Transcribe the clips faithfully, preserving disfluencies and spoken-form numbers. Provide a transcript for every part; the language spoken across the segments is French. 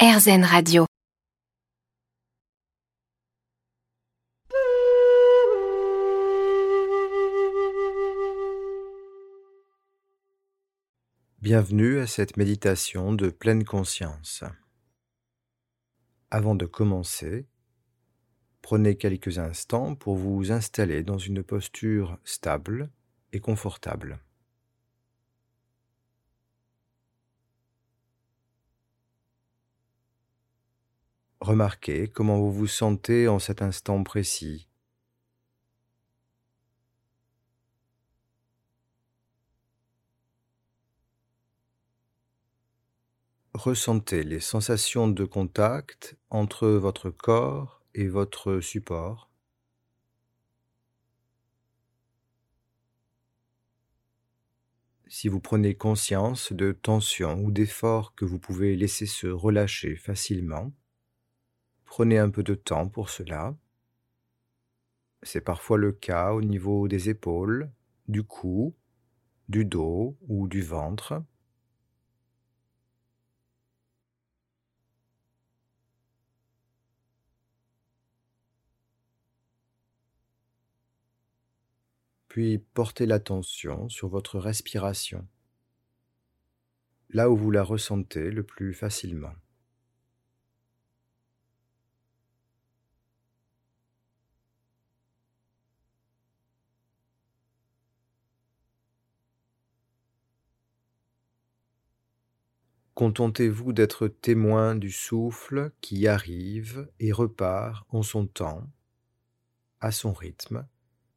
RZN Radio. Bienvenue à cette méditation de pleine conscience. Avant de commencer, prenez quelques instants pour vous installer dans une posture stable et confortable. Remarquez comment vous vous sentez en cet instant précis. Ressentez les sensations de contact entre votre corps et votre support. Si vous prenez conscience de tensions ou d'efforts que vous pouvez laisser se relâcher facilement, prenez un peu de temps pour cela. C'est parfois le cas au niveau des épaules, du cou, du dos ou du ventre. Puis portez l'attention sur votre respiration, là où vous la ressentez le plus facilement. Contentez-vous d'être témoin du souffle qui arrive et repart en son temps, à son rythme.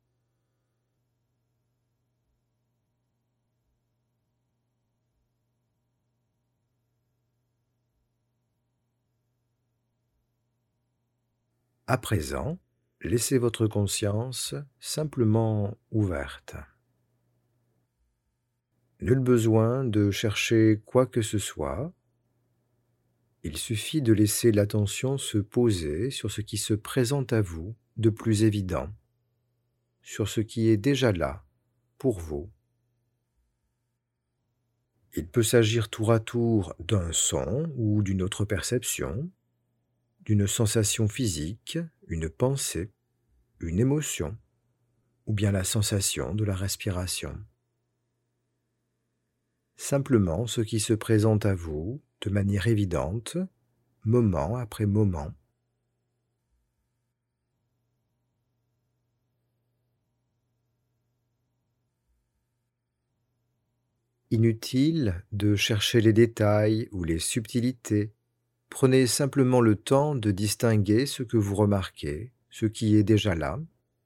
À présent, laissez votre conscience simplement ouverte. Nul besoin de chercher quoi que ce soit. Il suffit de laisser l'attention se poser sur ce qui se présente à vous de plus évident, sur ce qui est déjà là, pour vous. Il peut s'agir tour à tour d'un son ou d'une autre perception, d'une sensation physique, une pensée, une émotion, ou bien la sensation de la respiration. Simplement ce qui se présente à vous de manière évidente, moment après moment. Inutile de chercher les détails ou les subtilités. Prenez simplement le temps de distinguer ce que vous remarquez, ce qui est déjà là.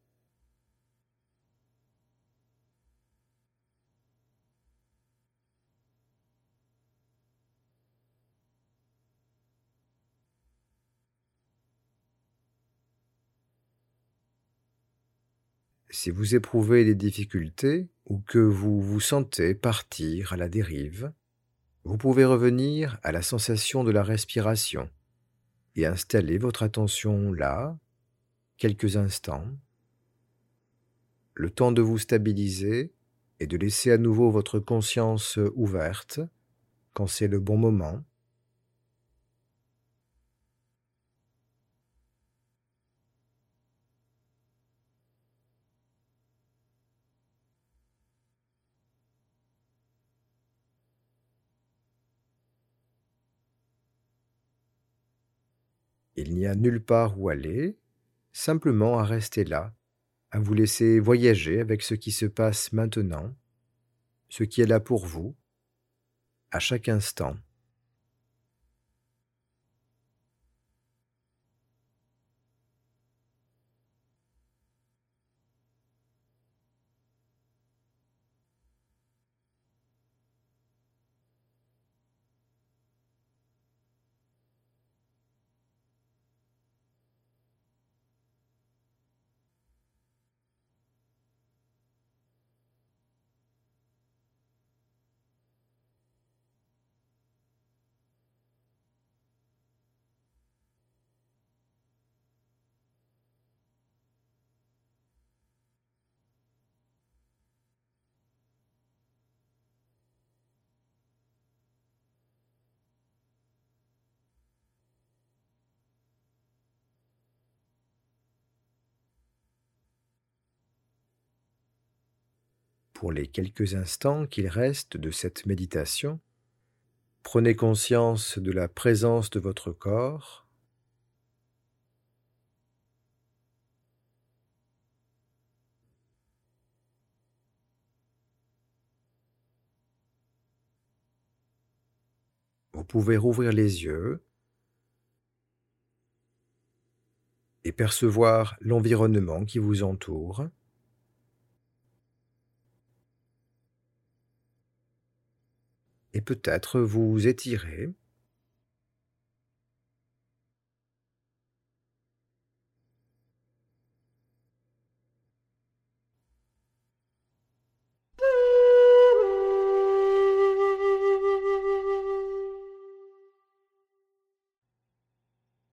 Si vous éprouvez des difficultés ou que vous vous sentez partir à la dérive, vous pouvez revenir à la sensation de la respiration et installer votre attention là, quelques instants, le temps de vous stabiliser et de laisser à nouveau votre conscience ouverte quand c'est le bon moment. Il n'y a nulle part où aller, simplement à rester là, à vous laisser voyager avec ce qui se passe maintenant, ce qui est là pour vous, à chaque instant. pour les quelques instants qu'il reste de cette méditation, prenez conscience de la présence de votre corps. Vous pouvez rouvrir les yeux et percevoir l'environnement qui vous entoure. Et peut-être vous étirer.